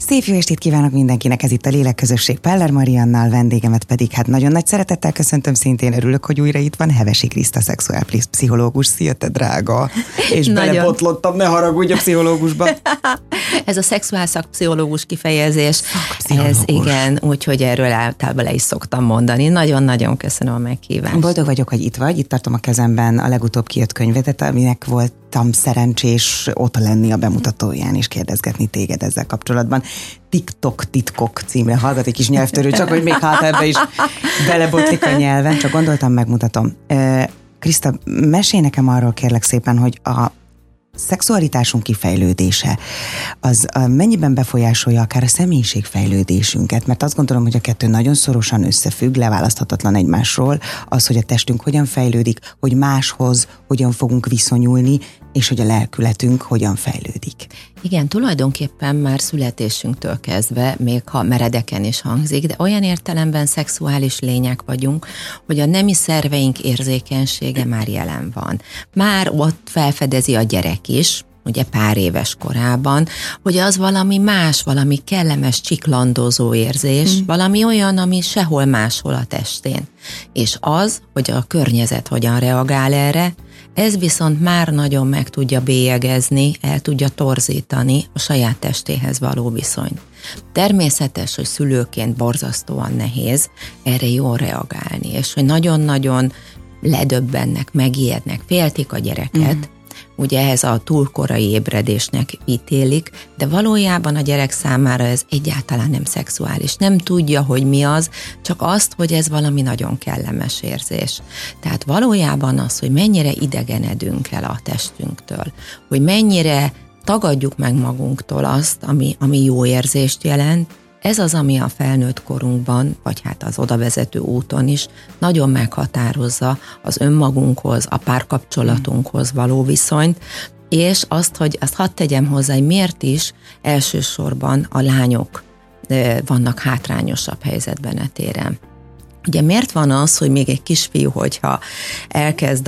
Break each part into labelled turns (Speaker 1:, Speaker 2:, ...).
Speaker 1: Szép jó estét kívánok mindenkinek, ez itt a Lélekközösség Peller Mariannal, vendégemet pedig hát nagyon nagy szeretettel köszöntöm, szintén örülök, hogy újra itt van Hevesi Kriszta, szexuálpszichológus. Szia, te drága! És belebotlottam, ne haragudj a pszichológusba.
Speaker 2: Ez a szexuálszakpszichológus kifejezés, ez igen, úgyhogy erről általában le is szoktam mondani. Nagyon-nagyon köszönöm a meghívást.
Speaker 1: Boldog vagyok, hogy itt vagy, itt tartom a kezemben a legutóbb kijött könyvedet, aminek voltam szerencsés ott lenni a bemutatóján és kérdezgetni téged ezzel kapcsolatban. TikTok titkok címre hallgat egy kis nyelvtörő, csak hogy még hát ebbe is belebotlik a nyelven, csak gondoltam, megmutatom. Kriszta, mesélj nekem arról kérlek szépen, hogy a szexualitásunk kifejlődése, az mennyiben befolyásolja akár a személyiségfejlődésünket, mert azt gondolom, hogy a kettő nagyon szorosan összefügg, leválaszthatatlan egymásról, az, hogy a testünk hogyan fejlődik, hogy máshoz hogyan fogunk viszonyulni, és hogy a lelkületünk hogyan fejlődik.
Speaker 2: Igen, tulajdonképpen már születésünktől kezdve, még ha meredeken is hangzik, de olyan értelemben szexuális lények vagyunk, hogy a nemi szerveink érzékenysége már jelen van. Már ott felfedezi a gyerek is, ugye pár éves korában, hogy az valami más, valami kellemes, csiklandozó érzés, valami olyan, ami sehol máshol a testén. És az, hogy a környezet hogyan reagál erre, ez viszont már nagyon meg tudja bélyegezni, el tudja torzítani a saját testéhez való viszonyt. Természetes, hogy szülőként borzasztóan nehéz erre jól reagálni, és hogy nagyon-nagyon ledöbbennek, megijednek, féltik a gyereket, ugye ez a túl korai ébredésnek ítélik, de valójában a gyerek számára ez egyáltalán nem szexuális. Nem tudja, hogy mi az, csak azt, hogy ez valami nagyon kellemes érzés. Tehát valójában az, hogy mennyire idegenedünk el a testünktől, hogy mennyire tagadjuk meg magunktól azt, ami jó érzést jelent, ez az, ami a felnőtt korunkban, vagy hát az odavezető úton is nagyon meghatározza az önmagunkhoz, a párkapcsolatunkhoz való viszonyt, és azt, hogy azt hadd tegyem hozzá, hogy miért is elsősorban a lányok vannak hátrányosabb helyzetben e téren. Ugye miért van az, hogy még egy kisfiú, hogyha elkezd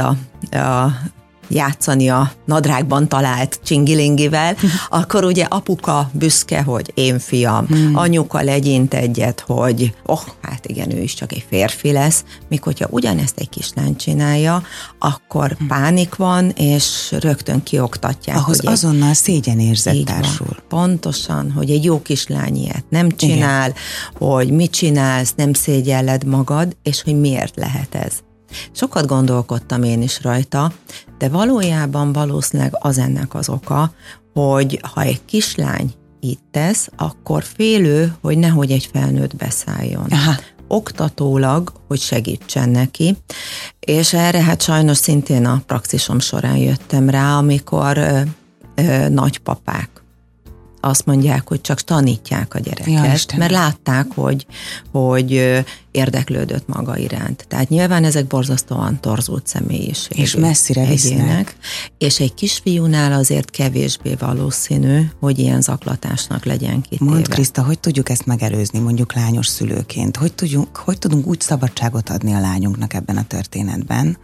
Speaker 2: játszani a nadrágban talált csingilingivel, akkor ugye apuka büszke, hogy én fiam, anyuka legyint egyet, hogy hát igen, ő is csak egy férfi lesz, míg hogyha ugyanezt egy kislány csinálja, akkor pánik van, és rögtön kioktatják.
Speaker 1: Ahhoz azonnal szégyenérzet társul.
Speaker 2: Pontosan, hogy egy jó kislány ilyet nem csinál, hogy mit csinálsz, nem szégyelled magad, és hogy miért lehet ez. Sokat gondolkodtam én is rajta, de valójában valószínűleg az ennek az oka, hogy ha egy kislány így tesz, akkor félő, hogy nehogy egy felnőtt beszálljon. Aha. Oktatólag, hogy segítsen neki, és erre hát sajnos szintén a praxisom során jöttem rá, amikor nagypapák azt mondják, hogy csak tanítják a gyereket, mert látták, hogy érdeklődött maga iránt. Tehát nyilván ezek borzasztóan torzult személyiségű.
Speaker 1: És messzire visznek.
Speaker 2: És egy kisfiúnál azért kevésbé valószínű, hogy ilyen zaklatásnak legyen kitéve.
Speaker 1: Mondd, Kriszta, hogy tudjuk ezt megelőzni, mondjuk lányos szülőként? Hogy tudunk úgy szabadságot adni a lányunknak ebben a történetben,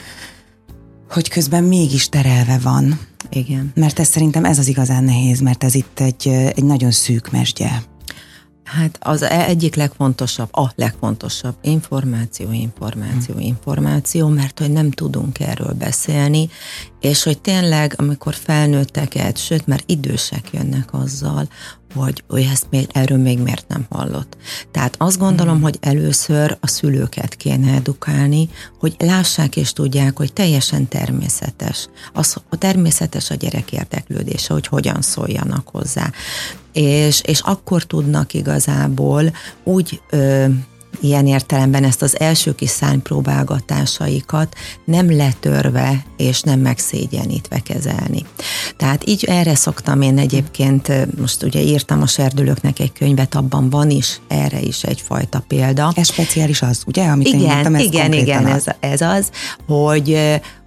Speaker 1: hogy közben mégis terelve van.
Speaker 2: Igen.
Speaker 1: Mert szerintem ez az igazán nehéz, mert ez itt egy nagyon szűk mesdje.
Speaker 2: Hát az egyik legfontosabb, információ, mert hogy nem tudunk erről beszélni, és hogy tényleg, amikor felnőtteket, sőt, már idősek jönnek azzal, hogy erről még miért nem hallott. Tehát azt gondolom, hogy először a szülőket kéne edukálni, hogy lássák és tudják, hogy teljesen természetes. Természetes a gyerek érdeklődése, hogy hogyan szóljanak hozzá. És akkor tudnak igazából úgy ilyen értelemben ezt az első kis szárnypróbálgatásaikat nem letörve és nem megszégyenítve kezelni. Tehát így erre szoktam én egyébként, most ugye írtam a serdülőknek egy könyvet, abban van is erre is egyfajta példa.
Speaker 1: Ez speciális az, ugye? Amit
Speaker 2: igen, ez az,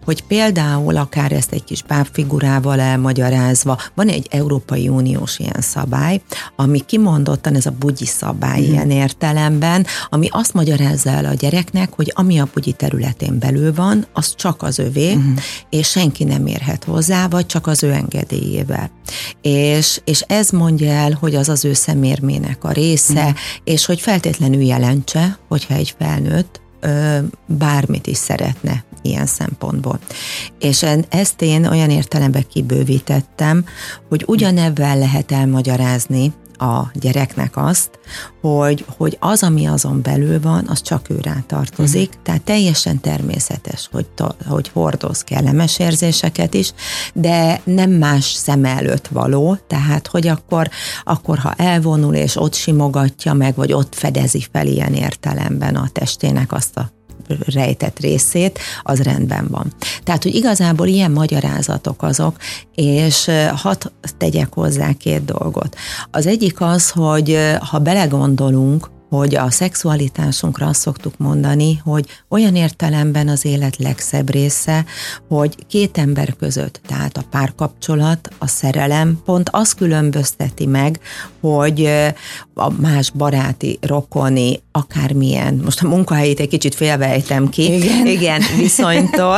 Speaker 2: hogy például akár ezt egy kis bábfigurával elmagyarázva, van egy Európai Uniós ilyen szabály, ami kimondottan ez a bugyi szabály ilyen értelemben, ami azt magyarázza el a gyereknek, hogy ami a bugyi területén belül van, az csak az övé, és senki nem érhet hozzá, vagy csak az ő engedélyével. És ez mondja el, hogy az az ő szemérmének a része, és hogy feltétlenül jelentse, hogyha egy felnőtt bármit is szeretne ilyen szempontból. És ezt én olyan értelemben kibővítettem, hogy ugyanebben lehet elmagyarázni a gyereknek azt, hogy az, ami azon belül van, az csak őrá tartozik, tehát teljesen természetes, hogy hordoz kellemes érzéseket is, de nem más szem előtt való, tehát hogy akkor ha elvonul és ott simogatja meg, vagy ott fedezi fel ilyen értelemben a testének azt a rejtett részét, az rendben van. Tehát, hogy igazából ilyen magyarázatok azok, és hadd tegyek hozzá 2 dolgot. Az egyik az, hogy ha belegondolunk, hogy a szexualitásunkra azt szoktuk mondani, hogy olyan értelemben az élet legszebb része, hogy 2 ember között, tehát a párkapcsolat, a szerelem pont azt különbözteti meg, hogy a más baráti, rokoni, akármilyen, most a munkahelyét egy kicsit félvejtem ki, igen viszonytól,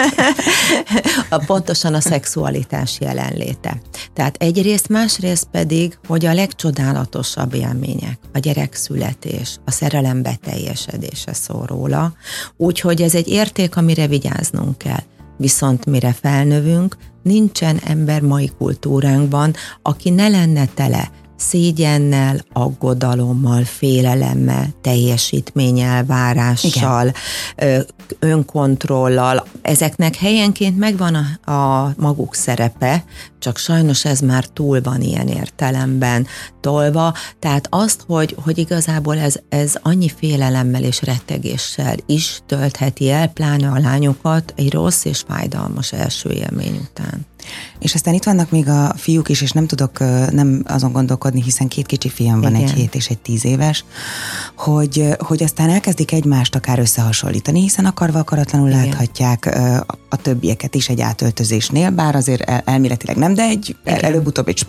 Speaker 2: pontosan a szexualitás jelenléte. Tehát egyrészt, másrészt pedig, hogy a legcsodálatosabb élmények, a gyerek születés, a szerelem beteljesedése szól róla, úgyhogy ez egy érték, amire vigyáznunk kell. Viszont mire felnövünk, nincsen ember mai kultúránkban, aki ne lenne tele szégyennel, aggodalommal, félelemmel, teljesítményelvárással, önkontrollal. Ezeknek helyenként megvan a maguk szerepe, csak sajnos ez már túl van ilyen értelemben tolva, tehát azt, hogy igazából ez annyi félelemmel és rettegéssel is töltheti el, pláne a lányokat egy rossz és fájdalmas első élmény után.
Speaker 1: És aztán itt vannak még a fiúk is, és nem tudok nem azon gondolkodni, hiszen 2 kicsi fiam van, egy 7 és egy 10 éves, hogy aztán elkezdik egymást akár összehasonlítani, hiszen akarva akaratlanul láthatják a többieket is egy átöltözésnél, bár azért elméletileg nem, de előbb-utóbb egy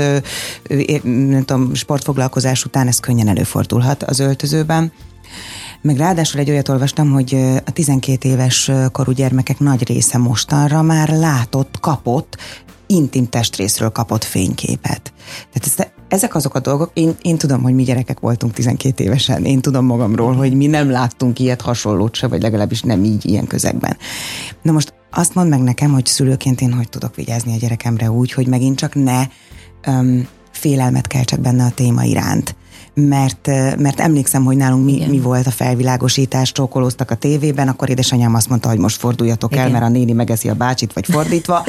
Speaker 1: sportfoglalkozás után ez könnyen előfordulhat az öltözőben. Meg ráadásul egy olyat olvastam, hogy a 12 éves korú gyermekek nagy része mostanra már kapott, intim testrészről kapott fényképet. Tehát ezek azok a dolgok, én tudom, hogy mi gyerekek voltunk 12 évesen, én tudom magamról, hogy mi nem láttunk ilyet, hasonlót se, vagy legalábbis nem így, ilyen közegben. Na most azt mondd meg nekem, hogy szülőként én hogy tudok vigyázni a gyerekemre úgy, hogy megint csak ne félelmet keltsek benne a téma iránt. Mert emlékszem, hogy nálunk mi volt a felvilágosítás, csókolóztak a tévében, akkor édesanyám azt mondta, hogy most forduljatok el, mert a néni megeszi a bácsit, vagy fordítva.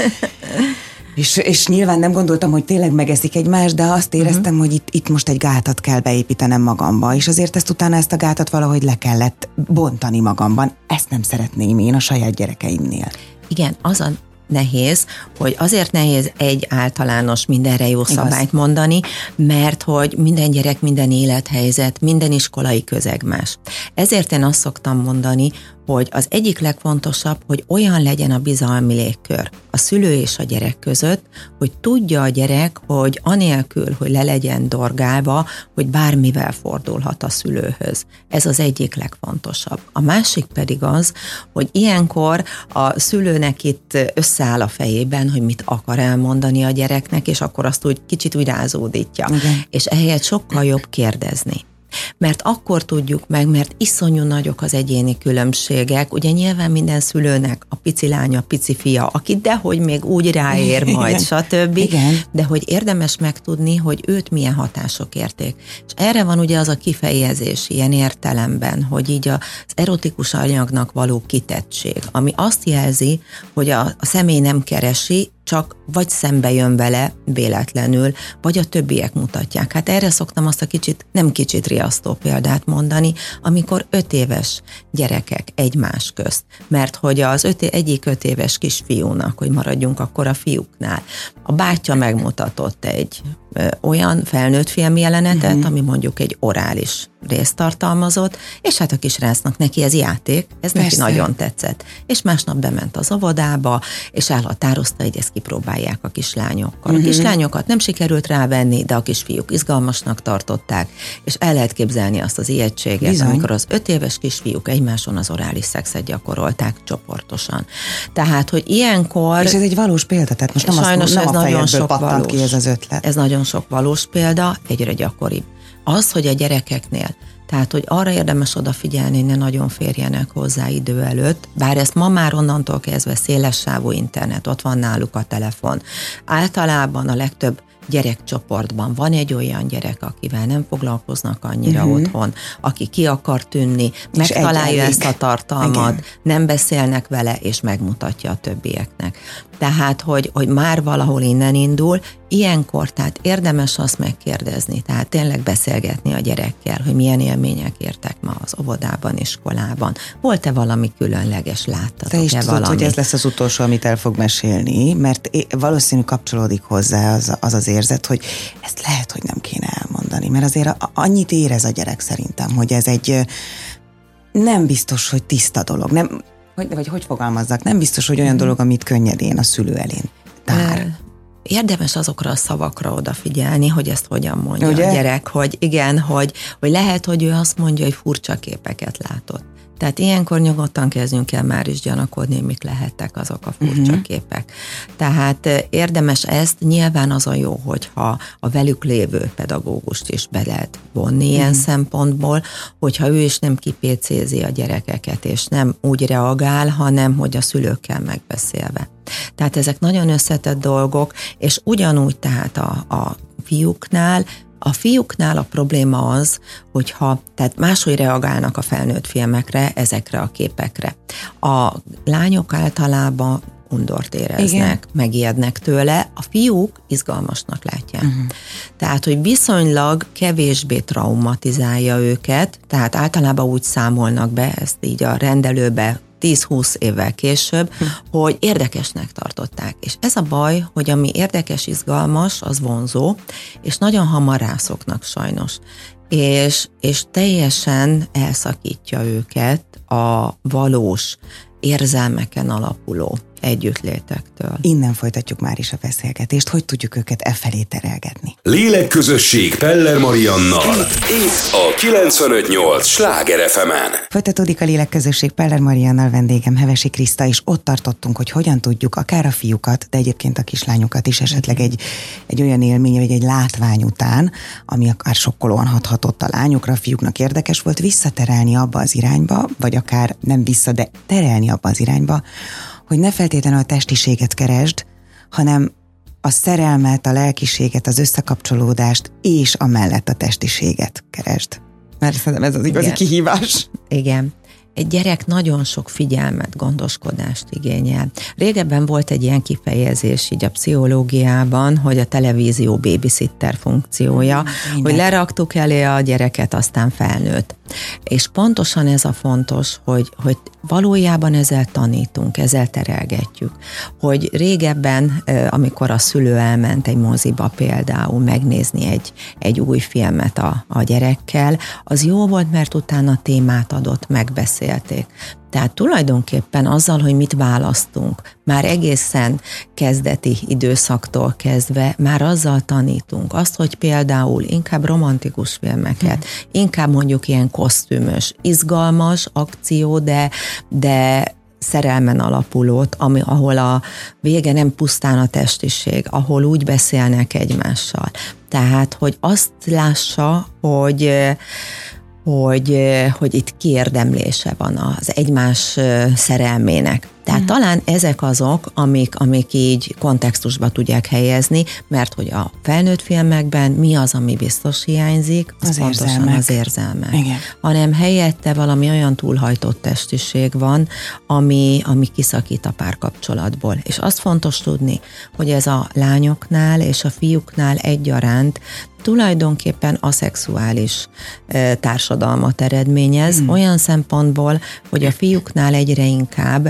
Speaker 1: és nyilván nem gondoltam, hogy tényleg megeszik egymást, de azt éreztem, hogy itt most egy gátat kell beépítenem magamba, és azért ezt a gátat valahogy le kellett bontani magamban. Ezt nem szeretném én a saját gyerekeimnél.
Speaker 2: Igen, nehéz, hogy azért nehéz egy általános mindenre jó szabályt mondani, mert hogy minden gyerek, minden élethelyzet, minden iskolai közeg más. Ezért én azt szoktam mondani, hogy az egyik legfontosabb, hogy olyan legyen a bizalmi légkör a szülő és a gyerek között, hogy tudja a gyerek, hogy anélkül, hogy le legyen dorgálva, hogy bármivel fordulhat a szülőhöz. Ez az egyik legfontosabb. A másik pedig az, hogy ilyenkor a szülőnek itt összeáll a fejében, hogy mit akar elmondani a gyereknek, és akkor azt úgy kicsit úgy rázódítja. Igen. És ehelyett sokkal jobb kérdezni. Mert akkor tudjuk meg, mert iszonyú nagyok az egyéni különbségek, ugye nyilván minden szülőnek a pici lánya, pici fia, aki dehogy még úgy ráér majd, stb. Igen. De hogy érdemes megtudni, hogy őt milyen hatások érték. És erre van ugye az a kifejezés ilyen értelemben, hogy így az erotikus anyagnak való kitettség, ami azt jelzi, hogy a személy nem keresi, csak vagy szembe jön vele véletlenül, vagy a többiek mutatják. Hát erre szoktam azt a nem kicsit riasztó példát mondani, amikor 5 éves gyerekek egymás közt. Mert hogy az egyik 5 éves kisfiúnak, hogy maradjunk akkor a fiúknál, a bátyja megmutatott egy olyan felnőtt filmjelenetet, ami mondjuk egy orális részt tartalmazott, és hát a kisrácnak neki ez játék, ez neki nagyon tetszett. És másnap bement az óvodába, és elhatározta, hogy ezt kipróbálják a kislányokkal. A kislányokat nem sikerült rávenni, de a kisfiúk izgalmasnak tartották, és el lehet képzelni azt az ijegységet, amikor az 5 éves kisfiúk egymáson az orális szexet gyakorolták csoportosan. Tehát, hogy ilyenkor...
Speaker 1: És ez egy valós példa, tehát most nem,
Speaker 2: sajnos
Speaker 1: nem
Speaker 2: ez
Speaker 1: a
Speaker 2: nagyon sok
Speaker 1: pattant
Speaker 2: valós.
Speaker 1: Ki ez az ötlet.
Speaker 2: Ez nagyon sok valós példa, egyre gyakoribb. Az, hogy a gyerekeknél, tehát, hogy arra érdemes odafigyelni, ne nagyon férjenek hozzá idő előtt, bár ezt ma már onnantól kezdve szélessávú internet, ott van náluk a telefon. Általában a legtöbb gyerekcsoportban van egy olyan gyerek, akivel nem foglalkoznak annyira otthon, aki ki akar tűnni, megtalálja ezt a tartalmat, nem beszélnek vele, és megmutatja a többieknek. Tehát, hogy már valahol innen indul, ilyenkor, tehát érdemes azt megkérdezni, tehát tényleg beszélgetni a gyerekkel, hogy milyen élmények értek ma az óvodában, iskolában. Volt-e valami különleges, láttatok-e
Speaker 1: Te is tudod,
Speaker 2: valami?
Speaker 1: hogy ez lesz az utolsó, amit el fog mesélni, mert valószínű kapcsolódik hozzá az érzet, hogy ezt lehet, hogy nem kéne elmondani, mert azért annyit érez a gyerek szerintem, hogy ez egy nem biztos, hogy tiszta dolog, nem, hogy fogalmazzak, nem biztos, hogy olyan dolog, amit könnyedén a szülő elén tár.
Speaker 2: Érdemes azokra a szavakra odafigyelni, hogy ezt hogyan mondja
Speaker 1: ugye?
Speaker 2: A gyerek, hogy igen, hogy lehet, hogy ő azt mondja, hogy furcsa képeket látott. Tehát ilyenkor nyugodtan kezdjünk el már is gyanakodni, mik lehettek azok a furcsa képek. Tehát érdemes ezt, nyilván az a jó, hogyha a velük lévő pedagógust is be lehet vonni ilyen szempontból, hogyha ő is nem kipécézi a gyerekeket, és nem úgy reagál, hanem hogy a szülőkkel megbeszélve. Tehát ezek nagyon összetett dolgok, és ugyanúgy tehát a fiúknál, a probléma az, hogyha tehát máshogy reagálnak a felnőtt filmekre, ezekre a képekre. A lányok általában undort éreznek, megijednek tőle, a fiúk izgalmasnak látják. Tehát, hogy viszonylag kevésbé traumatizálja őket, tehát általában úgy számolnak be, ezt így a rendelőbe 10-20 évvel később, hogy érdekesnek tartották. És ez a baj, hogy ami érdekes, izgalmas, az vonzó, és nagyon hamar rászoknak sajnos. És teljesen elszakítja őket a valós érzelmeken alapuló együttlétektől.
Speaker 1: Innen folytatjuk már is a beszélgetést, hogy tudjuk őket efelé terelgetni.
Speaker 3: Lélekközösség Peller Mariannal. Itt a 95.8 Sláger FM-en.
Speaker 1: Folytatódik a Lélekközösség Peller Mariannal, vendégem Hevesi Kriszta, és ott tartottunk, hogy hogyan tudjuk akár a fiúkat, de egyébként a kislányokat is esetleg egy olyan élmény, vagy egy látvány után, ami akár sokkolóan hathatott a lányokra, a fiúknak érdekes volt, visszaterelni abba az irányba, vagy akár nem vissza, de terelni abba az irányba, hogy ne feltétlenül a testiséget keresd, hanem a szerelmet, a lelkiséget, az összekapcsolódást, és amellett a testiséget keresd. Mert szerintem ez az igazi kihívás.
Speaker 2: Igen. Egy gyerek nagyon sok figyelmet, gondoskodást igényel. Régebben volt egy ilyen kifejezés így a pszichológiában, hogy a televízió babysitter funkciója, hogy leraktuk elé a gyereket, aztán felnőtt. És pontosan ez a fontos, hogy valójában ezzel tanítunk, ezzel terelgetjük. Hogy régebben, amikor a szülő elment egy moziba például megnézni egy új filmet a gyerekkel, az jó volt, mert utána témát adott, megbeszélték. Tehát tulajdonképpen azzal, hogy mit választunk, már egészen kezdeti időszaktól kezdve, már azzal tanítunk. Azt, hogy például inkább romantikus filmeket, inkább mondjuk ilyen kosztümös, izgalmas akció, de szerelmen alapulót, ahol a vége nem pusztán a testiség, ahol úgy beszélnek egymással. Tehát, hogy azt lássa, hogy itt kiérdemlése van az egymás szerelmének. Tehát talán ezek azok, amik így kontextusba tudják helyezni, mert hogy a felnőtt filmekben mi az, ami biztos hiányzik, az pontosan az érzelmek. Igen. Hanem helyette valami olyan túlhajtott testiség van, ami kiszakít a párkapcsolatból. És azt fontos tudni, hogy ez a lányoknál és a fiúknál egyaránt tulajdonképpen aszexuális társadalmat eredményez, olyan szempontból, hogy a fiúknál egyre inkább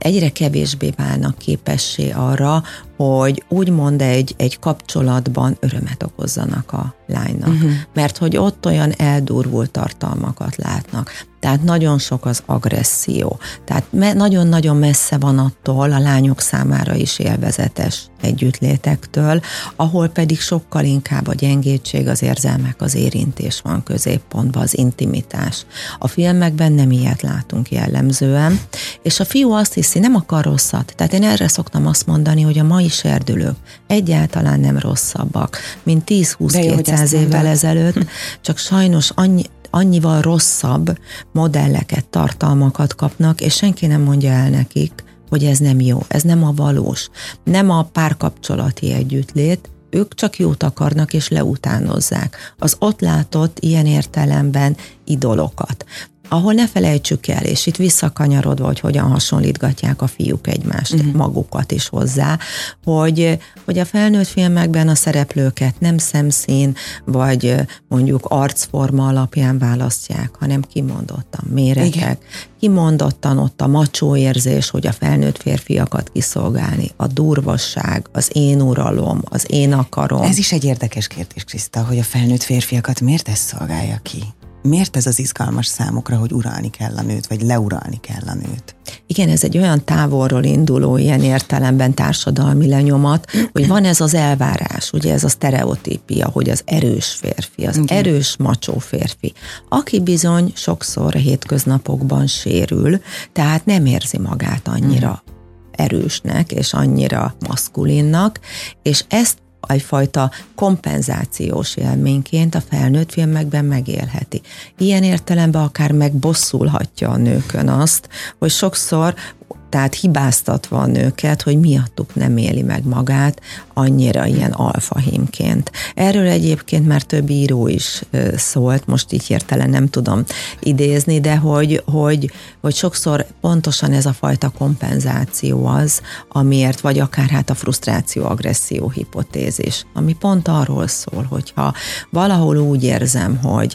Speaker 2: egyre kevésbé válnak képessé arra, hogy úgymond egy kapcsolatban örömet okozzanak a lánynak. Mert hogy ott olyan eldurvult tartalmakat látnak. Tehát nagyon sok az agresszió. Tehát nagyon-nagyon messze van attól a lányok számára is élvezetes együttlétektől, ahol pedig sokkal inkább a gyengétség, az érzelmek, az érintés van középpontban, az intimitás. A filmekben nem ilyet látunk jellemzően, és a fiú azt hiszi, nem akar rosszat. Tehát én erre szoktam azt mondani, hogy a mai serdülők egyáltalán nem rosszabbak, mint 10-20-200 évvel ezelőtt, csak sajnos annyival rosszabb modelleket, tartalmakat kapnak, és senki nem mondja el nekik, hogy ez nem jó, ez nem a valós, nem a párkapcsolati együttlét, ők csak jót akarnak és leutánozzák az ott látott ilyen értelemben idolokat. Ahol ne felejtsük el, és itt visszakanyarodva, hogy hogyan hasonlítgatják a fiúk egymást, magukat is hozzá, hogy a felnőtt filmekben a szereplőket nem szemszín, vagy mondjuk arcforma alapján választják, hanem kimondottan méretek, kimondottan ott a macsó érzés, hogy a felnőtt férfiakat kiszolgálni, a durvasság, az én uralom, az én akarom.
Speaker 1: Ez is egy érdekes kérdés, Kriszta, hogy a felnőtt férfiakat miért ez szolgálja ki? Miért ez az izgalmas számukra, hogy uralni kell a nőt, vagy leuralni kell a nőt?
Speaker 2: Igen, ez egy olyan távolról induló ilyen értelemben társadalmi lenyomat, hogy van ez az elvárás, ugye ez a sztereotípia, hogy az erős férfi, az erős macsó férfi, aki bizony sokszor a hétköznapokban sérül, tehát nem érzi magát annyira erősnek, és annyira maszkulinnak, és ezt egyfajta kompenzációs élményként a felnőtt filmekben megélheti. Ilyen értelemben akár megbosszulhatja a nőkön azt, hogy sokszor tehát hibáztatva a nőket, hogy miattuk nem éli meg magát annyira ilyen alfahímként. Erről egyébként már több író is szólt, most így hirtelen nem tudom idézni, de hogy sokszor pontosan ez a fajta kompenzáció az, amiért, vagy akár hát a frusztráció-agresszió hipotézis, ami pont arról szól, hogyha valahol úgy érzem,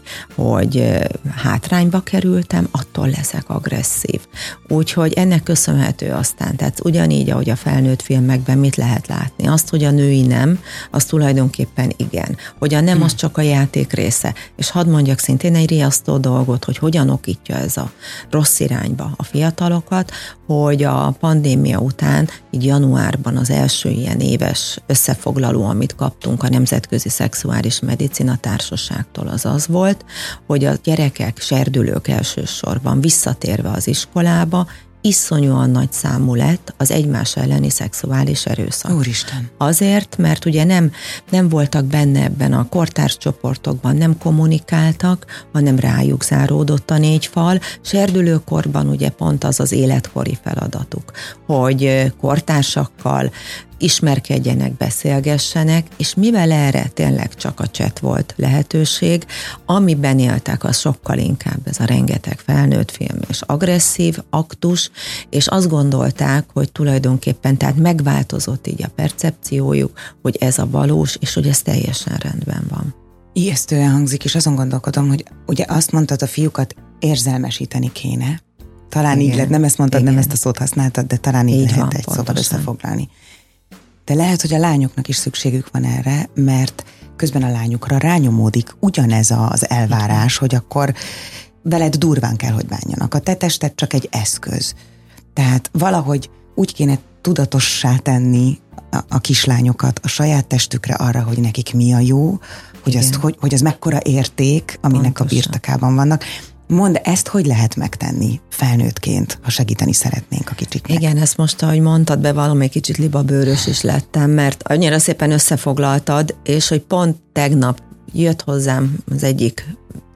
Speaker 2: hogy hátrányba kerültem, attól leszek agresszív. Úgyhogy ennek köszönhető aztán, tehát ugyanígy, ahogy a felnőtt filmekben mit lehet látni. Azt, hogy a női nem, az tulajdonképpen igen. Hogy a nem az csak a játék része. És hadd mondjak szintén egy riasztó dolgot, hogy hogyan okítja ez a rossz irányba a fiatalokat, hogy a pandémia után, így januárban az első ilyen éves összefoglaló, amit kaptunk a Nemzetközi Szexuális Medicina Társaságtól, az volt, hogy a gyerekek, serdülők elsősorban visszatérve az iskolába, iszonyúan nagy számú lett az egymás elleni szexuális erőszak.
Speaker 1: Úristen!
Speaker 2: Azért, mert ugye nem voltak benne ebben a kortárs csoportokban, nem kommunikáltak, hanem rájuk záródott a 4 fal. Serdülőkorban ugye pont az az életkori feladatuk, hogy kortársakkal ismerkedjenek, beszélgessenek, és mivel erre tényleg csak a chat volt lehetőség, amiben éltek, az sokkal inkább ez a rengeteg felnőtt film és agresszív aktus, és azt gondolták, hogy tulajdonképpen tehát megváltozott így a percepciójuk, hogy ez a valós, és hogy ez teljesen rendben van.
Speaker 1: Ijesztően hangzik, és azon gondolkodom, hogy ugye azt mondtad, a fiúkat érzelmesíteni kéne. Talán így lett, nem ezt mondtad, nem ezt a szót használtad, de talán így lehet egy szóval összefoglalni. De lehet, hogy a lányoknak is szükségük van erre, mert közben a lányokra rányomódik ugyanez az elvárás, hogy akkor veled durván kell, hogy bánjanak. A te tested csak egy eszköz. Tehát valahogy úgy kéne tudatossá tenni a kislányokat a saját testükre arra, hogy nekik mi a jó, hogy az mekkora érték, aminek pontosan a birtokában vannak. Mondd, ezt hogy lehet megtenni felnőttként, ha segíteni szeretnénk a kicsiknek?
Speaker 2: Igen, ezt most, ahogy mondtad, bevallom, egy kicsit libabőrös is lettem, mert annyira szépen összefoglaltad, és hogy pont tegnap jött hozzám az egyik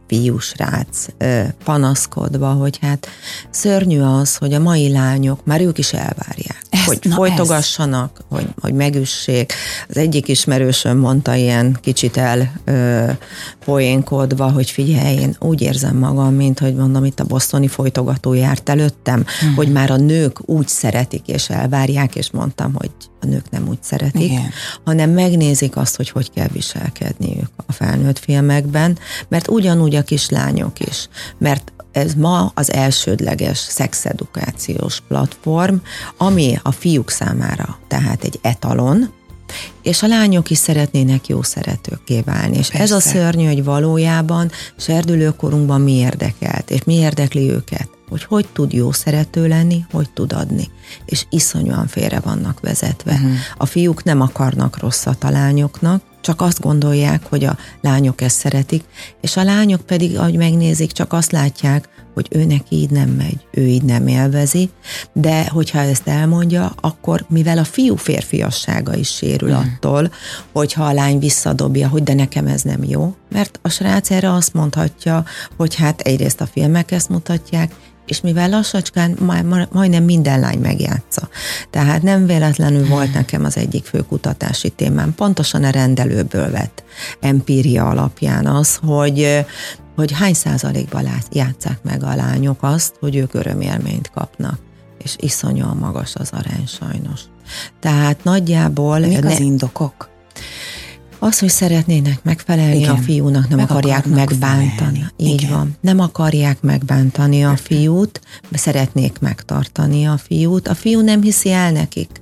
Speaker 2: fiúsrác panaszkodva, hogy hát szörnyű az, hogy a mai lányok, már ők is elvárják, hogy folytogassanak, hogy megüssék. Az egyik ismerősöm mondta ilyen kicsit poénkodva, hogy figyelj, én úgy érzem magam, mint hogy mondom, itt a bostoni folytogató járt előttem, hogy már a nők úgy szeretik és elvárják, és mondtam, hogy a nők nem úgy szeretik, hanem megnézik azt, hogy kell viselkedniük a felnőtt filmekben, mert ugyanúgy a kislányok is. Mert ez ma az elsődleges szexedukációs platform, ami a fiúk számára tehát egy etalon, és a lányok is szeretnének jó szeretőkké válni. És persze. Ez a szörnyű, hogy valójában serdülőkorunkban mi érdekelt, és mi érdekli őket, hogy tud jó szerető lenni, hogy tud adni. És iszonyúan félre vannak vezetve. A fiúk nem akarnak rosszat a lányoknak, csak azt gondolják, hogy a lányok ezt szeretik, és a lányok pedig, ahogy megnézik, csak azt látják, hogy ő neki így nem megy, ő így nem élvezi, de hogyha ezt elmondja, akkor mivel a fiú férfiassága is sérül attól, hogyha a lány visszadobja, hogy de nekem ez nem jó, mert a srác erre azt mondhatja, hogy hát egyrészt a filmek ezt mutatják, és mivel lassacskán majdnem minden lány megjátsza. Tehát nem véletlenül volt nekem az egyik fő kutatási témám, pontosan a rendelőből vett empíria alapján az, hogy hány százalékban játsszák meg a lányok azt, hogy ők örömélményt kapnak. És iszonyúan magas az arány sajnos. Tehát nagyjából...
Speaker 1: Mik az indokok?
Speaker 2: Az, hogy szeretnének megfelelni igen. A fiúnak, nem akarják megbántani. Így igen. Van. Nem akarják megbántani a fiút, szeretnék megtartani a fiút. A fiú nem hiszi el nekik,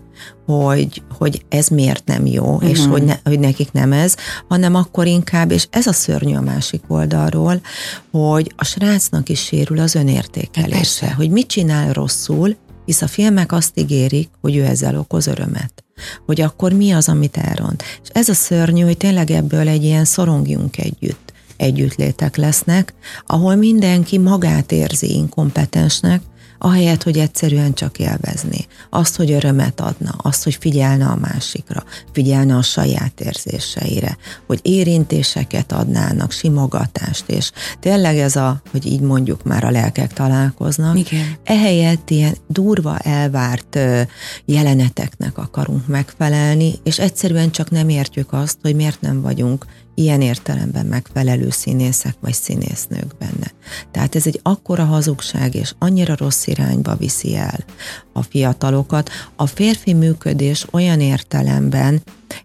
Speaker 2: hogy ez miért nem jó, és hogy nekik nem ez, hanem akkor inkább, és ez a szörnyű a másik oldalról, hogy a srácnak is sérül az önértékelése, hogy mit csinál rosszul, hisz a filmek azt ígérik, hogy ő ezzel okoz örömet. Hogy akkor mi az, amit elront. És ez a szörnyű, hogy tényleg ebből egy ilyen szorongjunk együttlétek lesznek, ahol mindenki magát érzi inkompetensnek, ahelyett, hogy egyszerűen csak élvezni. Azt, hogy örömet adna, azt, hogy figyelne a másikra, figyelne a saját érzéseire, hogy érintéseket adnának, simogatást, és tényleg ez hogy így mondjuk már a lelkek találkoznak. Igen. Ehelyett ilyen durva elvárt jeleneteknek akarunk megfelelni, és egyszerűen csak nem értjük azt, hogy miért nem vagyunk ilyen értelemben megfelelő színészek vagy színésznők benne. Tehát ez egy akkora hazugság, és annyira rossz irányba viszi el a fiatalokat. A férfi működés olyan értelemben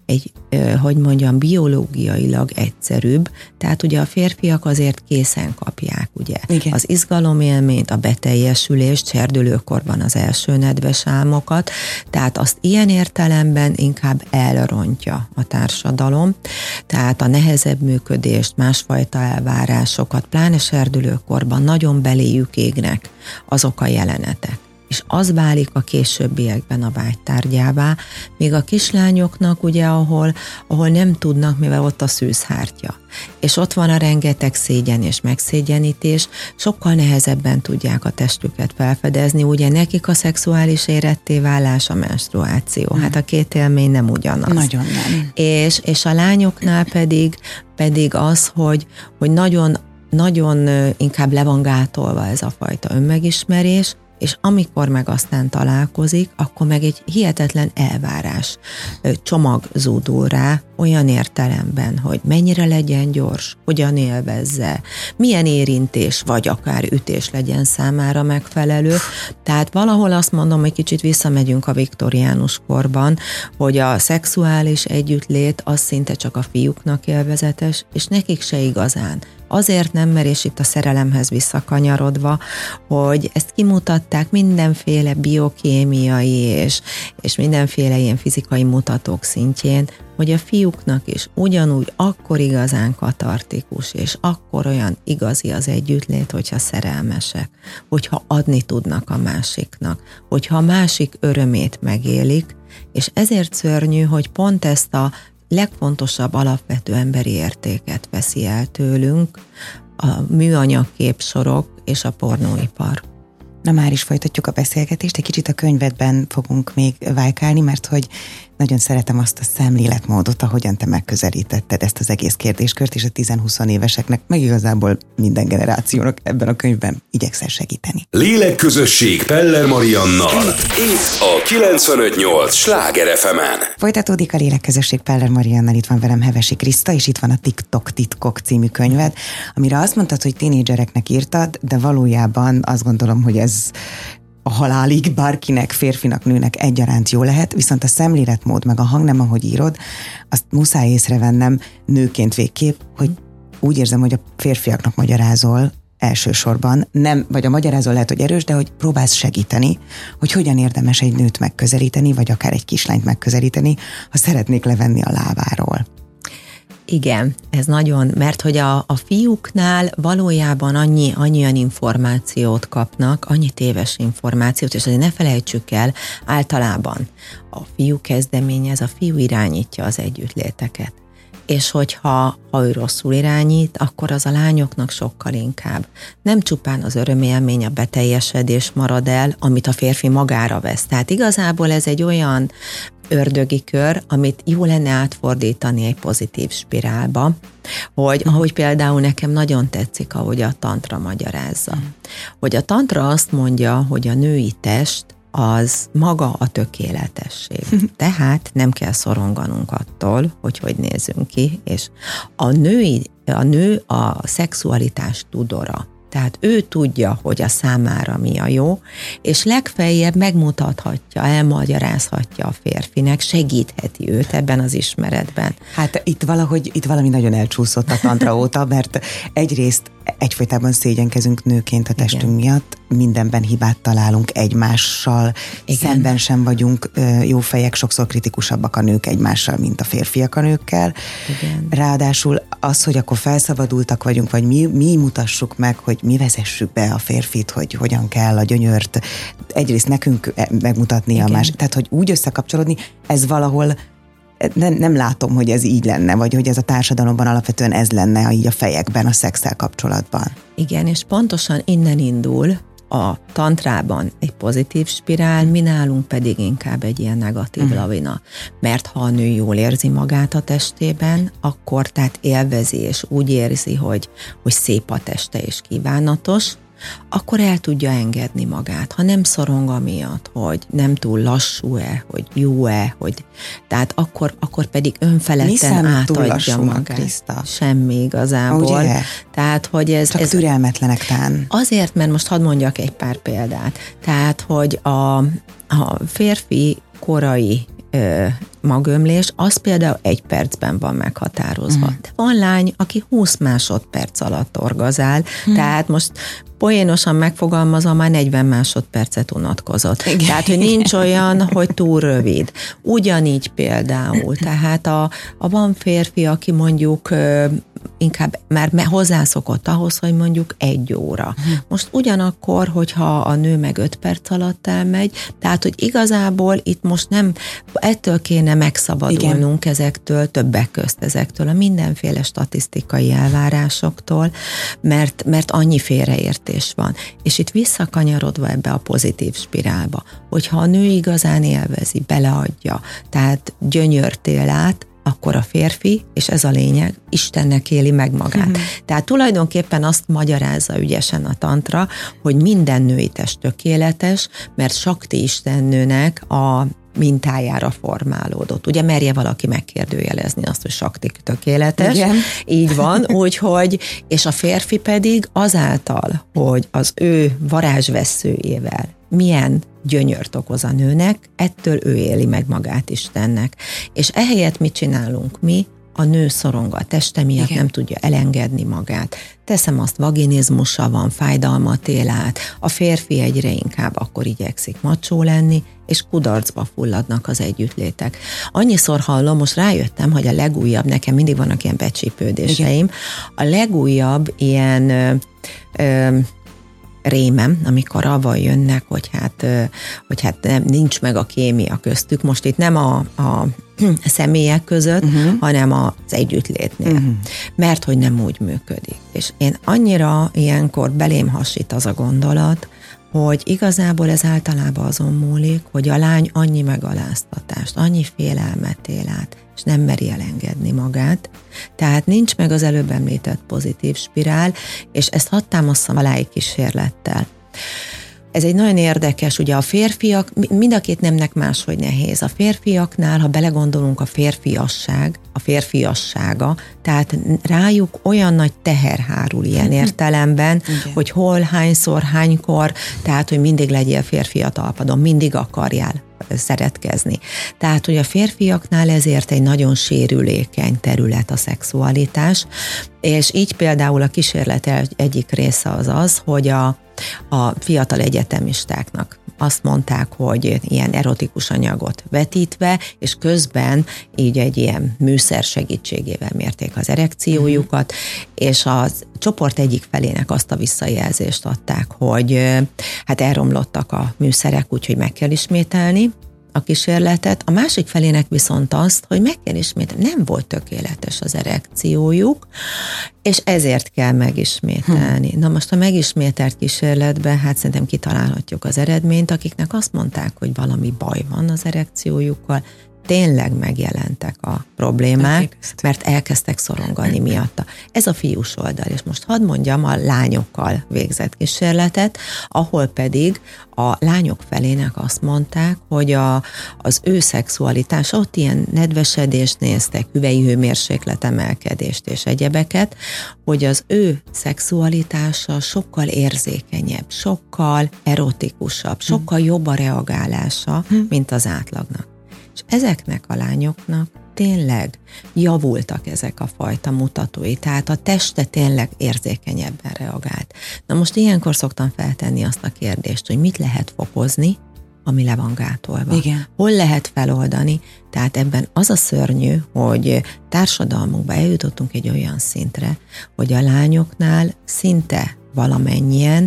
Speaker 2: biológiailag egyszerűbb, tehát ugye a férfiak azért készen kapják, ugye. Igen. Az izgalomélményt, a beteljesülést, serdülőkorban az első nedves álmokat, tehát azt ilyen értelemben inkább elrontja a társadalom, tehát a nehezebb működést, másfajta elvárásokat, pláne serdülőkorban nagyon beléjük égnek azok a jelenetek. És az válik a későbbiekben a vágytárgyává, még a kislányoknak ugye, ahol nem tudnak, mivel ott a szűzhártya. És ott van a rengeteg szégyen és megszégyenítés, sokkal nehezebben tudják a testüket felfedezni, ugye nekik a szexuális éretté válás, a menstruáció. Hát a két élmény nem ugyanaz.
Speaker 1: Nagyon nem.
Speaker 2: És a lányoknál pedig az, hogy nagyon inkább le van gátolva ez a fajta önmegismerés, és amikor meg aztán találkozik, akkor meg egy hihetetlen elvárás csomag zúdul rá, olyan értelemben, hogy mennyire legyen gyors, hogyan élvezze, milyen érintés, vagy akár ütés legyen számára megfelelő. Tehát valahol azt mondom, hogy kicsit visszamegyünk a viktoriánus korban, hogy a szexuális együttlét az szinte csak a fiúknak élvezetes, és nekik se igazán. Azért nem, mert és itt a szerelemhez visszakanyarodva, hogy ezt kimutatták mindenféle biokémiai és mindenféle ilyen fizikai mutatók szintjén, hogy a fiúknak is ugyanúgy akkor igazán katartikus, és akkor olyan igazi az együttlét, hogyha szerelmesek, hogyha adni tudnak a másiknak, hogyha a másik örömét megélik, és ezért szörnyű, hogy pont ezt a legfontosabb alapvető emberi értéket veszi el tőlünk a műanyag képsorok és a pornóipar.
Speaker 1: Na már is folytatjuk a beszélgetést, egy kicsit a könyvedben fogunk még vájkálni, mert hogy nagyon szeretem azt a szemléletmódot, ahogyan te megközelítetted ezt az egész kérdéskört, és a 10-20 éveseknek, meg igazából minden generációnak ebben a könyvben igyekszel segíteni.
Speaker 3: Lélekközösség Peller Mariannal. Itt a 95.8 Sláger FM-en.
Speaker 1: Folytatódik a Lélekközösség Peller Mariannal, itt van velem Hevesi Kriszta, és itt van a TikTok titkok című könyved, amire azt mondtad, hogy tínédzsereknek írtad, de valójában azt gondolom, hogy ez a halálig bárkinek, férfinak, nőnek egyaránt jó lehet, viszont a szemléletmód meg a hangnem, ahogy írod, azt muszáj észrevennem nőként végképp, hogy úgy érzem, hogy a férfiaknak magyarázol elsősorban, nem, vagy a magyarázó lehet, hogy erős, de hogy próbálsz segíteni, hogy hogyan érdemes egy nőt megközelíteni, vagy akár egy kislányt megközelíteni, ha szeretnék levenni a lábáról.
Speaker 2: Igen, ez nagyon, mert hogy a fiúknál valójában annyian információt kapnak, annyi téves információt, és azért ne felejtsük el, általában a fiú kezdeményez, a fiú irányítja az együttléteket. És hogyha ő rosszul irányít, akkor az a lányoknak sokkal inkább. Nem csupán az örömélmény, a beteljesedés marad el, amit a férfi magára vesz. Tehát igazából ez egy olyan ördögi kör, amit jó lenne átfordítani egy pozitív spirálba, hogy ahogy például nekem nagyon tetszik, ahogy a tantra magyarázza. Hogy a tantra azt mondja, hogy a női test az maga a tökéletesség. Tehát nem kell szoronganunk attól, hogy nézünk ki, és a nő a szexualitás tudora. Tehát ő tudja, hogy a számára mi a jó, és legfeljebb megmutathatja, elmagyarázhatja a férfinek, segítheti őt ebben az ismeretben.
Speaker 1: Hát itt valami nagyon elcsúszott a tantra óta, mert egyrészt egyfolytában szégyenkezünk nőként a testünk miatt, mindenben hibát találunk egymással, szemben sem vagyunk jó fejek, sokszor kritikusabbak a nők egymással, mint a férfiak a nőkkel.
Speaker 2: Igen.
Speaker 1: Ráadásul az, hogy akkor felszabadultak vagyunk, vagy mi mutassuk meg, hogy mi vezessük be a férfit, hogy hogyan kell a gyönyört egyrészt nekünk megmutatni a másik. Tehát, hogy úgy összekapcsolódni, ez valahol nem látom, hogy ez így lenne, vagy hogy ez a társadalomban alapvetően ez lenne így a fejekben, a szexszel kapcsolatban.
Speaker 2: Igen, és pontosan innen indul a tantrában egy pozitív spirál, mi nálunk pedig inkább egy ilyen negatív lavina. Mert ha a nő jól érzi magát a testében, akkor tehát élvezi, és úgy érzi, hogy szép a teste és kívánatos, akkor el tudja engedni magát. Ha nem szorong amiatt, hogy nem túl lassú-e, hogy jó-e, tehát akkor pedig önfeledten átadja magát.
Speaker 1: Kriszta?
Speaker 2: Semmi igazából.
Speaker 1: Ugye?
Speaker 2: Tehát, hogy ez
Speaker 1: türelmetlenek tán.
Speaker 2: Azért, mert most hadd mondjak egy pár példát. Tehát, hogy a férfi korai magömlés, az például 1 percben van meghatározva. De van lány, aki 20 másodperc alatt orgazál, tehát most poénosan megfogalmazva már 40 másodpercet unatkozott. Igen. Tehát, hogy nincs olyan, hogy túl rövid. Ugyanígy például, tehát van férfi, aki mondjuk inkább már hozzászokott ahhoz, hogy mondjuk 1 óra. Most ugyanakkor, hogyha a nő meg 5 perc alatt elmegy, tehát, hogy igazából itt most nem, ettől kéne megszabadulnunk ezektől, többek közt ezektől, a mindenféle statisztikai elvárásoktól, mert annyi félreértés van. És itt visszakanyarodva ebbe a pozitív spirálba, hogyha a nő igazán élvezi, beleadja, tehát gyönyörtél át, akkor a férfi, és ez a lényeg, Istennek éli meg magát. Tehát tulajdonképpen azt magyarázza ügyesen a tantra, hogy minden női test tökéletes, mert Sakti istennőnek a mintájára formálódott. Ugye merje valaki megkérdőjelezni azt, hogy Sakti tökéletes. Igen. Így van, úgyhogy, és a férfi pedig azáltal, hogy az ő varázsvesszőjével milyen gyönyört okoz a nőnek, ettől ő éli meg magát Istennek. És ehelyett mit csinálunk mi? A nő szorong a teste miatt, nem tudja elengedni magát. Teszem azt, vaginizmusa van, fájdalmat él át, a férfi egyre inkább akkor igyekszik macsó lenni, és kudarcba fulladnak az együttlétek. Annyiszor hallom, most rájöttem, hogy a legújabb, nekem mindig vannak ilyen becsípődéseim, a legújabb ilyen rémem, amikor avval jönnek, hogy hát nincs meg a kémia köztük. Most itt nem a személyek között, hanem az együttlétnél. Mert hogy nem úgy működik. És én annyira ilyenkor belém hasít az a gondolat, hogy igazából ez általában azon múlik, hogy a lány annyi megaláztatást, annyi félelmet él át, és nem meri elengedni magát. Tehát nincs meg az előbb említett pozitív spirál, és ezt hadd támasszam alá egy kísérlettel. Ez egy nagyon érdekes, ugye a férfiak, mind a két nemnek máshogy nehéz. A férfiaknál, ha belegondolunk, a férfiassága, tehát rájuk olyan nagy teher hárul ilyen értelemben, hogy hol, hányszor, hánykor, tehát, hogy mindig legyél férfi a talpadon, mindig akarjál szeretkezni. Tehát, hogy a férfiaknál ezért egy nagyon sérülékeny terület a szexualitás, és így például a kísérlet egyik része az, hogy a fiatal egyetemistáknak azt mondták, hogy ilyen erotikus anyagot vetítve, és közben így egy ilyen műszer segítségével mérték az erekciójukat, és a csoport egyik felének azt a visszajelzést adták, hogy hát elromlottak a műszerek, úgyhogy meg kell ismételni a kísérletet, a másik felének viszont azt, hogy meg kell ismételni, nem volt tökéletes az erekciójuk, és ezért kell megismételni. Na most a megismételt kísérletben, hát szerintem kitalálhatjuk az eredményt, akiknek azt mondták, hogy valami baj van az erekciójukkal, tényleg megjelentek a problémák, mert elkezdtek szorongani miatta. Ez a fiús oldal, és most hadd mondjam a lányokkal végzett kísérletet, ahol pedig a lányok felének azt mondták, hogy az ő szexualitás, ott ilyen nedvesedést néztek, hüvely hőmérséklet emelkedést és egyebeket, hogy az ő szexualitása sokkal érzékenyebb, sokkal erotikusabb, sokkal jobb a reagálása, mint az átlagnak. És ezeknek a lányoknak tényleg javultak ezek a fajta mutatói, tehát a teste tényleg érzékenyebben reagált. Na most ilyenkor szoktam feltenni azt a kérdést, hogy mit lehet fokozni, ami le van gátolva.
Speaker 1: Igen.
Speaker 2: Hol lehet feloldani? Tehát ebben az a szörnyű, hogy társadalmunkban eljutottunk egy olyan szintre, hogy a lányoknál szinte valamennyien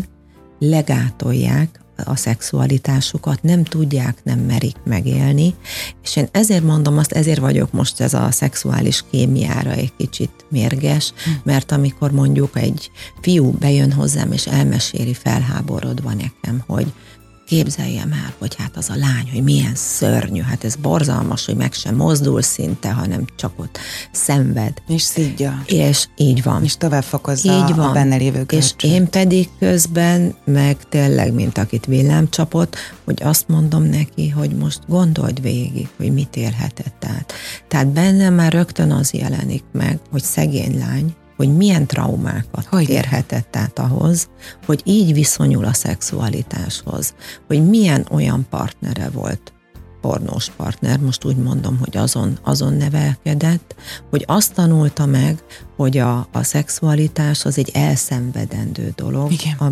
Speaker 2: legátolják a szexualitásukat, nem tudják, nem merik megélni, és én ezért mondom azt, ezért vagyok most ez a szexuális kémiára egy kicsit mérges, mert amikor mondjuk egy fiú bejön hozzám, és elmeséli felháborodva nekem, hogy képzeljem el, hogy hát az a lány, hogy milyen szörnyű, hát ez borzalmas, hogy meg sem mozdul szinte, hanem csak ott szenved.
Speaker 1: És szidja.
Speaker 2: És így van.
Speaker 1: És tovább fokozza a benne lévő görcsöt.
Speaker 2: És én pedig közben meg tényleg, mint akit villám csapott, hogy azt mondom neki, hogy most gondold végig, hogy mit élhetett át. Tehát bennem már rögtön az jelenik meg, hogy szegény lány, hogy milyen traumákat érhetett át ahhoz, hogy így viszonyul a szexualitáshoz, hogy milyen olyan partnere volt, pornós partner, most úgy mondom, hogy azon nevelkedett, hogy azt tanulta meg, hogy a szexualitás az egy elszenvedendő dolog,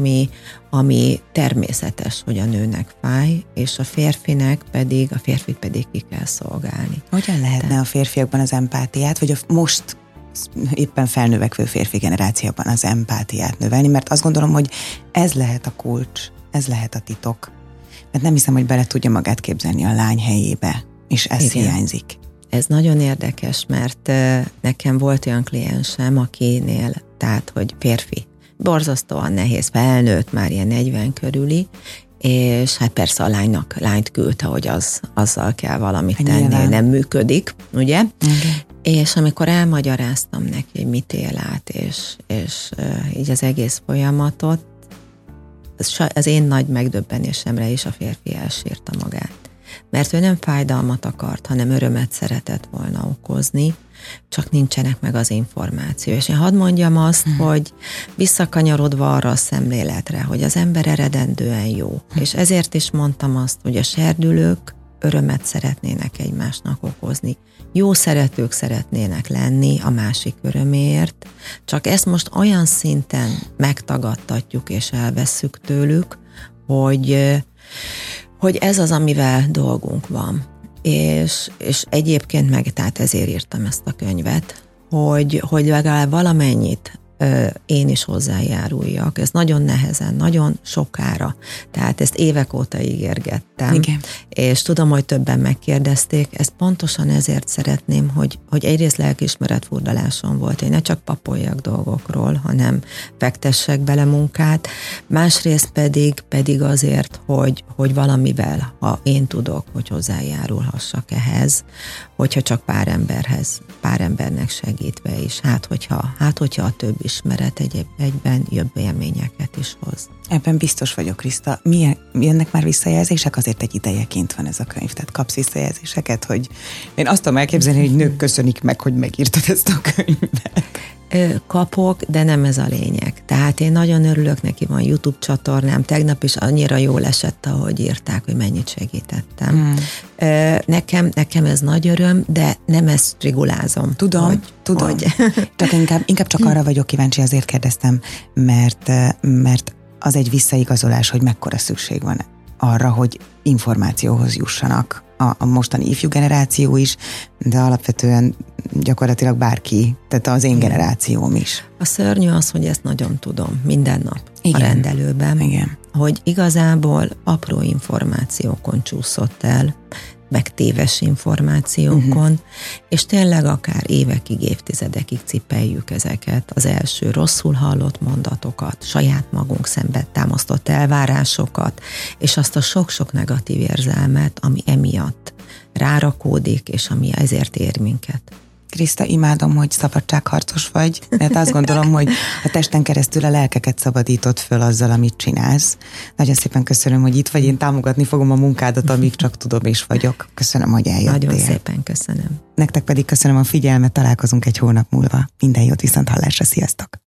Speaker 2: ami természetes, hogy a nőnek fáj, és a férfit pedig ki kell szolgálni.
Speaker 1: Hogyan lehetne a férfiakban az empátiát, vagy most éppen felnövekvő férfi generációban az empátiát növelni, mert azt gondolom, hogy ez lehet a kulcs, ez lehet a titok. Mert nem hiszem, hogy bele tudja magát képzelni a lány helyébe, és ez hiányzik.
Speaker 2: Ez nagyon érdekes, mert nekem volt olyan kliensem, akinél, tehát, hogy férfi, borzasztóan nehéz, felnőtt, már ilyen 40 körüli, és hát persze a lányt küldte, hogy azzal kell valamit tenni, hogy nem működik, ugye? És amikor elmagyaráztam neki, hogy mit él át, és így az egész folyamatot, az én nagy megdöbbenésemre is a férfi elsírta magát. Mert ő nem fájdalmat akart, hanem örömet szeretett volna okozni, csak nincsenek meg az információ. És én hadd mondjam azt, hogy visszakanyarodva arra a szemléletre, hogy az ember eredendően jó. És ezért is mondtam azt, hogy a serdülők örömet szeretnének egymásnak okozni. Jó szeretők szeretnének lenni a másik öröméért, csak ezt most olyan szinten megtagadtatjuk és elvesszük tőlük, hogy ez az, amivel dolgunk van. És egyébként meg, tehát ezért írtam ezt a könyvet, hogy legalább valamennyit én is hozzájáruljak. Ez nagyon nehezen, nagyon sokára. Tehát ezt évek óta ígérgettem.
Speaker 1: Igen.
Speaker 2: És tudom, hogy többen megkérdezték, ezt pontosan ezért szeretném, hogy egyrészt lelkiismeretfurdalásom volt, én ne csak papoljak dolgokról, hanem fektessek bele munkát, másrészt pedig azért, hogy valamivel, ha én tudok, hogy hozzájárulhassak ehhez, hogyha csak pár embernek segítve is, hogyha a több ismeret egyben jobb élményeket is hoz.
Speaker 1: Ebben biztos vagyok, Kriszta. Jönnek már visszajelzések? Azért egy ideje kint van ez a könyv, tehát kapsz visszajelzéseket, hogy én azt tudom elképzelni, hogy nők köszönik meg, hogy megírtad ezt a könyvet.
Speaker 2: Kapok, de nem ez a lényeg. Tehát én nagyon örülök, neki van YouTube csatornám, tegnap is annyira jól esett, ahogy írták, hogy mennyit segítettem. Nekem ez nagy öröm, de nem ezt strigulázom.
Speaker 1: Tudom. Csak inkább csak arra vagyok kíváncsi, azért kérdeztem, mert az egy visszaigazolás, hogy mekkora szükség van arra, hogy információhoz jussanak a mostani ifjú generáció is, de alapvetően gyakorlatilag bárki, tehát az én generációm is.
Speaker 2: A szörnyű az, hogy ezt nagyon tudom minden nap
Speaker 1: igen.
Speaker 2: a rendelőben,
Speaker 1: igen.
Speaker 2: hogy igazából apró információkon csúszott el, meg téves információkon, és tényleg akár évekig, évtizedekig cipeljük ezeket, az első rosszul hallott mondatokat, saját magunk szemben támasztott elvárásokat, és azt a sok-sok negatív érzelmet, ami emiatt rárakódik, és ami ezért ér minket.
Speaker 1: Kriszta, imádom, hogy szabadságharcos vagy, mert azt gondolom, hogy a testen keresztül a lelkeket szabadítod föl azzal, amit csinálsz. Nagyon szépen köszönöm, hogy itt vagy, én támogatni fogom a munkádat, amíg csak tudom és vagyok. Köszönöm, hogy eljöttél.
Speaker 2: Nagyon szépen köszönöm.
Speaker 1: Nektek pedig köszönöm a figyelmet, találkozunk egy hónap múlva. Minden jót, viszont hallásra, sziasztok!